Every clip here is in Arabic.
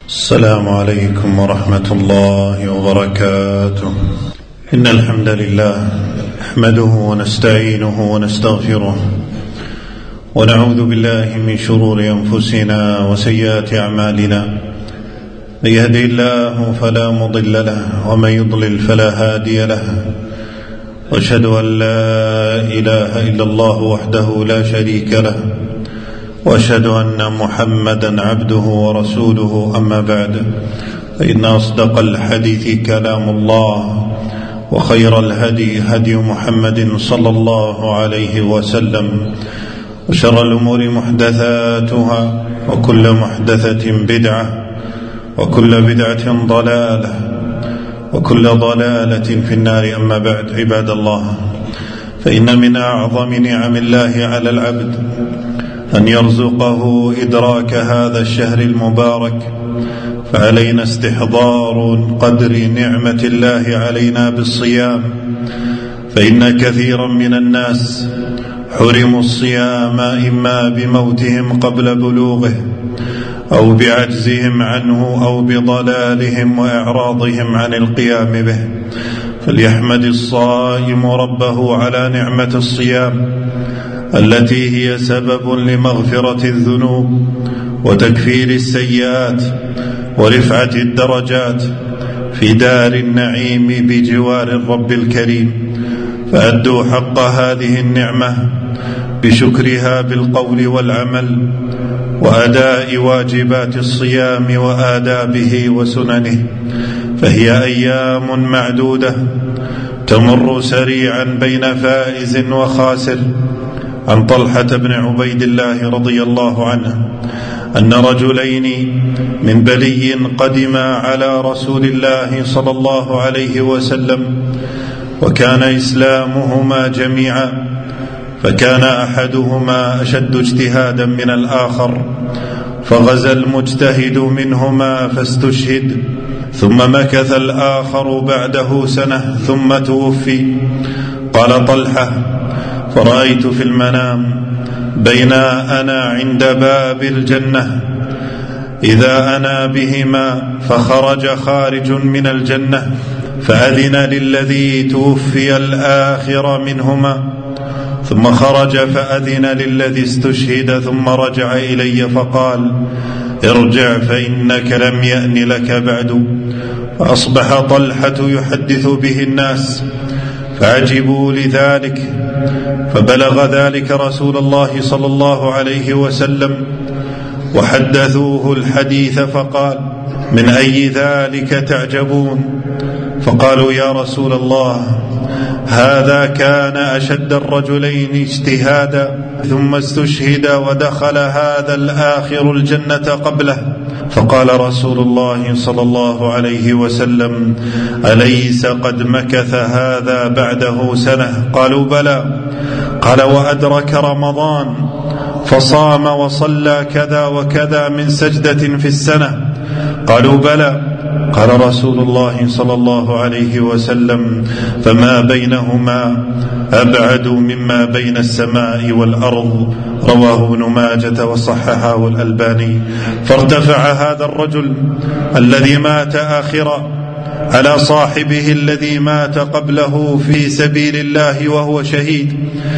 السلام عليكم ورحمة الله وبركاته. إن الحمد لله نحمده ونستعينه ونستغفره ونعوذ بالله من شرور أنفسنا وسيئات أعمالنا. من يهدي الله فلا مضل له ومن يضلل فلا هادي له، وأشهد أن لا إله إلا الله وحده لا شريك له، وأشهد أن محمدا عبده ورسوله. أما بعد، فإن أصدق الحديث كلام الله، وخير الهدي هدي محمد صلى الله عليه وسلم، وشر الأمور محدثاتها، وكل محدثة بدعة، وكل بدعة ضلالة، وكل ضلالة في النار. أما بعد، عباد الله، فإن من أعظم نعم الله على العبد أن يرزقه إدراك هذا الشهر المبارك، فعلينا استحضار قدر نعمة الله علينا بالصيام، فإن كثيرا من الناس حرموا الصيام إما بموتهم قبل بلوغه، أو بعجزهم عنه، أو بضلالهم وإعراضهم عن القيام به. فليحمد الصائم ربه على نعمة الصيام التي هي سبب لمغفرة الذنوب وتكفير السيئات ورفعة الدرجات في دار النعيم بجوار الرب الكريم. فأدوا حق هذه النعمة بشكرها بالقول والعمل، وأداء واجبات الصيام وآدابه وسننه، فهي أيام معدودة تمر سريعا بين فائز وخاسر. عن طلحة بن عبيد الله رضي الله عنه أن رجلين من بلي قدما على رسول الله صلى الله عليه وسلم، وكان إسلامهما جميعا، فكان أحدهما أشد اجتهادا من الآخر، فغزا المجتهد منهما فاستشهد، ثم مكث الآخر بعده سنة ثم توفي. قال طلحة: فرأيت في المنام بين أنا عند باب الجنة إذا أنا بهما، فخرج خارج من الجنة فأذن للذي توفي الآخر منهما، ثم خرج فأذن للذي استشهد، ثم رجع إلي فقال: ارجع فإنك لم يأن لك بعد. فأصبح طلحة يحدث به الناس فعجبوا لذلك، فبلغ ذلك رسول الله صلى الله عليه وسلم وحدثوه الحديث، فقال: من أي ذلك تعجبون؟ فقالوا: يا رسول الله، هذا كان أشد الرجلين اجتهادا ثم استشهد، ودخل هذا الآخر الجنة قبله. فقال رسول الله صلى الله عليه وسلم: أليس قد مكث هذا بعده سنة؟ قالوا: بلى. قال: وأدرك رمضان فصام وصلى كذا وكذا من سجدة في السنة؟ قالوا: بلى. قال رسول الله صلى الله عليه وسلم: فما بينهما أبعد مما بين السماء والأرض. رواه ابن ماجة وصححه الألباني. فارتفع هذا الرجل الذي مات آخرا على صاحبه الذي مات قبله في سبيل الله وهو شهيد،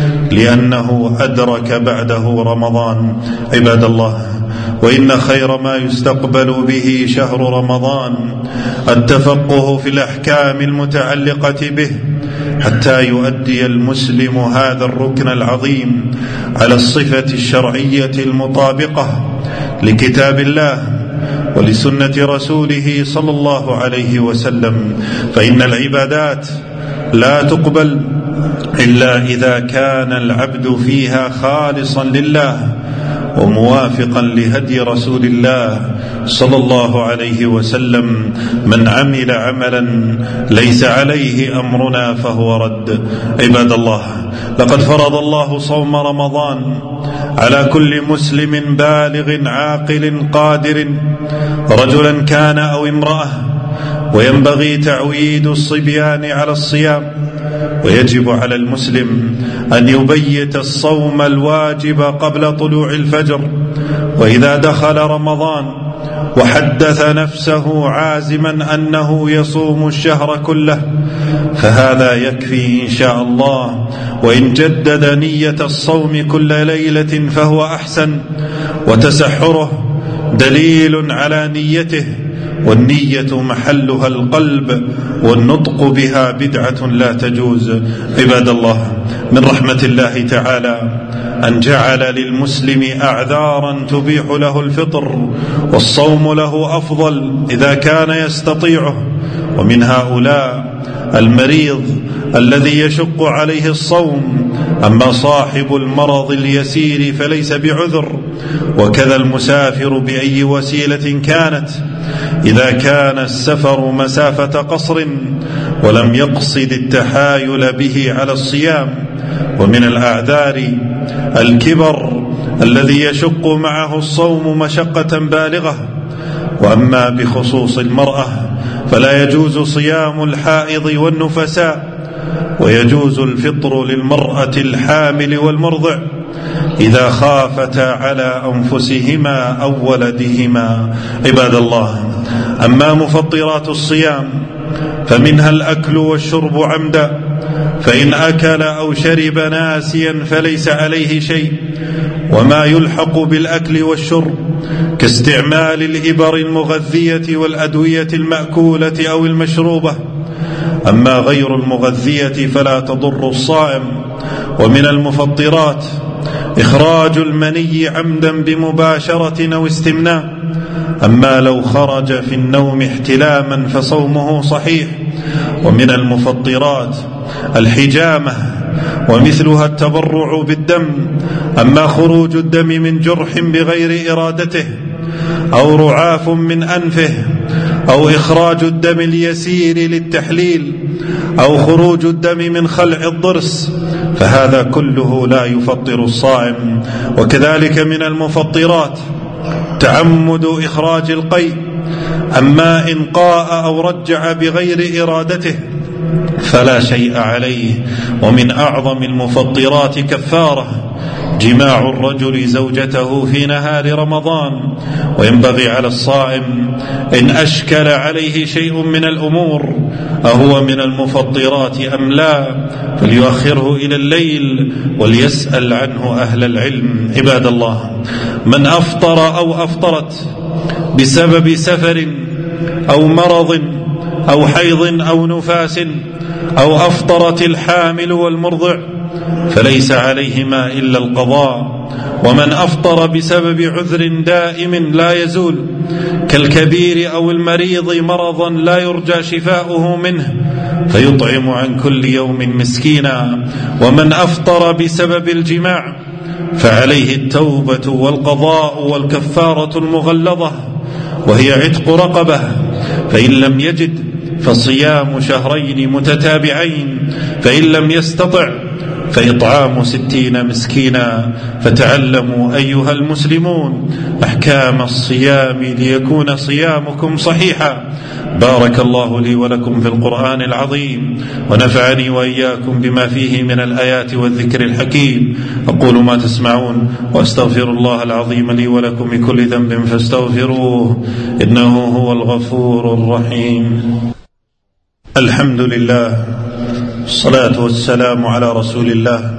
لأنه أدرك بعده رمضان. عباد الله، وإن خير ما يستقبل به شهر رمضان التفقه في الأحكام المتعلقة به، حتى يؤدي المسلم هذا الركن العظيم على الصفة الشرعية المطابقة لكتاب الله ولسنة رسوله صلى الله عليه وسلم. فإن العبادات لا تقبل إلا إذا كان العبد فيها خالصا لله وموافقا لهدي رسول الله صلى الله عليه وسلم. من عمل عملا ليس عليه أمرنا فهو رد. عباد الله، لقد فرض الله صوم رمضان على كل مسلم بالغ عاقل قادر، رجلا كان أو امرأة، وينبغي تعويد الصبيان على الصيام، ويجب على المسلم أن يبيت الصوم الواجب قبل طلوع الفجر، وإذا دخل رمضان وحدث نفسه عازما أنه يصوم الشهر كله، فهذا يكفي إن شاء الله. وإن جدد نية الصوم كل ليلة فهو أحسن، وتسحره دليل على نيته، والنية محلها القلب، والنطق بها بدعة لا تجوز. عباد الله، من رحمة الله تعالى أن جعل للمسلم أعذارا تبيح له الفطر، والصوم له أفضل إذا كان يستطيعه. ومن هؤلاء المريض الذي يشق عليه الصوم، أما صاحب المرض اليسير فليس بعذر، وكذا المسافر بأي وسيلة كانت، إذا كان السفر مسافة قصر ولم يقصد التحايل به على الصيام. ومن الأعذار الكبر الذي يشق معه الصوم مشقة بالغة. وأما بخصوص المرأة فلا يجوز صيام الحائض والنفساء، ويجوز الفطر للمرأة الحامل والمرضع إذا خافتا على أنفسهما أو ولدهما. عباد الله، أما مفطرات الصيام فمنها الأكل والشرب عمدا، فإن أكل أو شرب ناسيا فليس عليه شيء. وما يلحق بالأكل والشرب كاستعمال الإبر المغذية والأدوية المأكولة أو المشروبة. أما غير المغذية فلا تضر الصائم. ومن المفطرات إخراج المني عمدا بمباشرة أو استمناء، أما لو خرج في النوم احتلاما فصومه صحيح. ومن المفطرات الحجامة ومثلها التبرع بالدم، أما خروج الدم من جرح بغير إرادته، أو رعاف من أنفه، أو إخراج الدم اليسير للتحليل، أو خروج الدم من خلع الضرس، فهذا كله لا يفطر الصائم. وكذلك من المفطرات تعمد إخراج القيء، أما إن قاء أو رجع بغير إرادته فلا شيء عليه. ومن أعظم المفطرات كفارة جماع الرجل زوجته في نهار رمضان. وينبغي على الصائم إن أشكل عليه شيء من الأمور أهو من المفطرات أم لا فليؤخره إلى الليل وليسأل عنه أهل العلم. عباد الله، من أفطر أو أفطرت بسبب سفر أو مرض أو حيض أو نفاس، أو أفطرت الحامل والمرضع، فليس عليهما إلا القضاء. ومن أفطر بسبب عذر دائم لا يزول كالكبير أو المريض مرضا لا يرجى شفاؤه منه فيطعم عن كل يوم مسكينا. ومن أفطر بسبب الجماع فعليه التوبة والقضاء والكفارة المغلظة، وهي عتق رقبة، فإن لم يجد فصيام شهرين متتابعين، فإن لم يستطع فإطعام 60 مسكينا. فتعلموا أيها المسلمون أحكام الصيام ليكون صيامكم صحيحا. بارك الله لي ولكم في القرآن العظيم، ونفعني وإياكم بما فيه من الآيات والذكر الحكيم. أقول ما تسمعون، وأستغفر الله العظيم لي ولكم من كل ذنب فاستغفروه إنه هو الغفور الرحيم. الحمد لله، الصلاة والسلام على رسول الله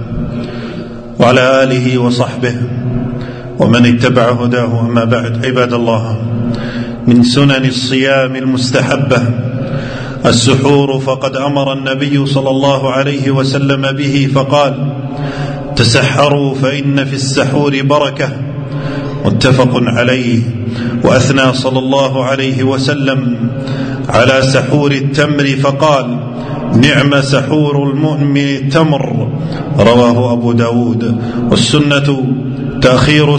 وعلى آله وصحبه ومن اتبع هداه. أما بعد، عباد الله، من سنن الصيام المستحبة السحور، فقد أمر النبي صلى الله عليه وسلم به فقال: تسحروا فإن في السحور بركة، متفق عليه. وأثنى صلى الله عليه وسلم على سحور التمر فقال: نعم سحور المؤمن التمر، رواه أبو داود. والسنة تأخير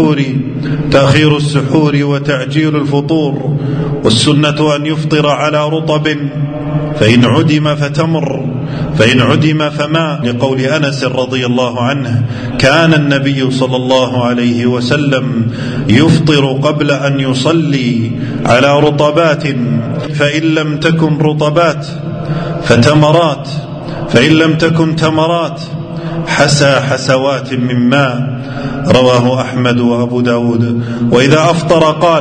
السحور وتعجيل الفطور. والسنة أن يفطر على رطب، فإن عدم فتمر، فإن عدم فماء، لقول أنس رضي الله عنه: كان النبي صلى الله عليه وسلم يفطر قبل أن يصلي على رطبات، فإن لم تكن رطبات فتمرات، فإن لم تكن تمرات حسى حسوات من ماء، رواه أحمد وأبو داود. وإذا أفطر قال: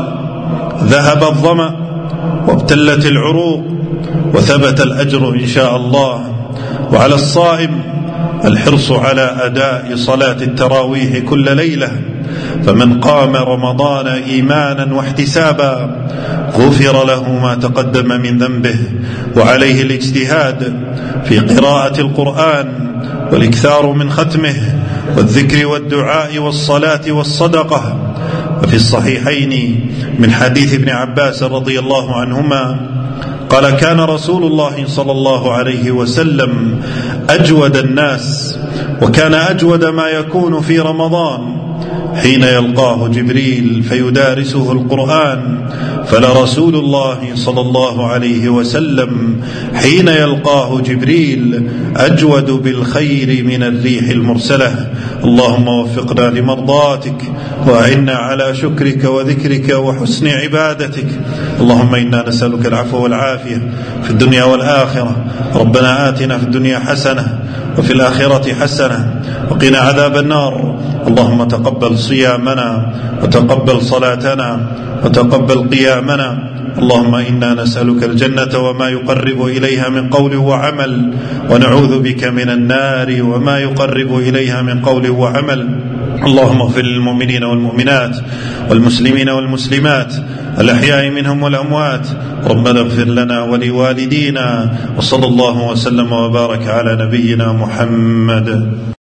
ذهب الظمأ وابتلت العروق وثبت الأجر إن شاء الله. وعلى الصائم الحرص على أداء صلاة التراويح كل ليلة، فمن قام رمضان إيمانا واحتسابا غفر له ما تقدم من ذنبه. وعليه الاجتهاد في قراءة القرآن والإكثار من ختمه والذكر والدعاء والصلاة والصدقة. وفي الصحيحين من حديث ابن عباس رضي الله عنهما قال: كان رسول الله صلى الله عليه وسلم أجود الناس، وكان أجود ما يكون في رمضان حين يلقاه جبريل فيدارسه القرآن، فلرسول الله صلى الله عليه وسلم حين يلقاه جبريل أجود بالخير من الريح المرسلة. اللهم وفقنا لمرضاتك وأعنا على شكرك وذكرك وحسن عبادتك. اللهم إنا نسألك العفو والعافية في الدنيا والآخرة. ربنا آتنا في الدنيا حسنة وفي الآخرة حسنة وقنا عذاب النار. اللهم تقبل صيامنا وتقبل صلاتنا وتقبل قيامنا. اللهم إنا نسألك الجنة وما يقرب إليها من قول وعمل، ونعوذ بك من النار وما يقرب إليها من قول وعمل. اللهم اغفر للمؤمنين والمؤمنات والمسلمين والمسلمات الأحياء منهم والأموات. ربنا اغفر لنا ولوالدينا، وصلى الله وسلم وبارك على نبينا محمد.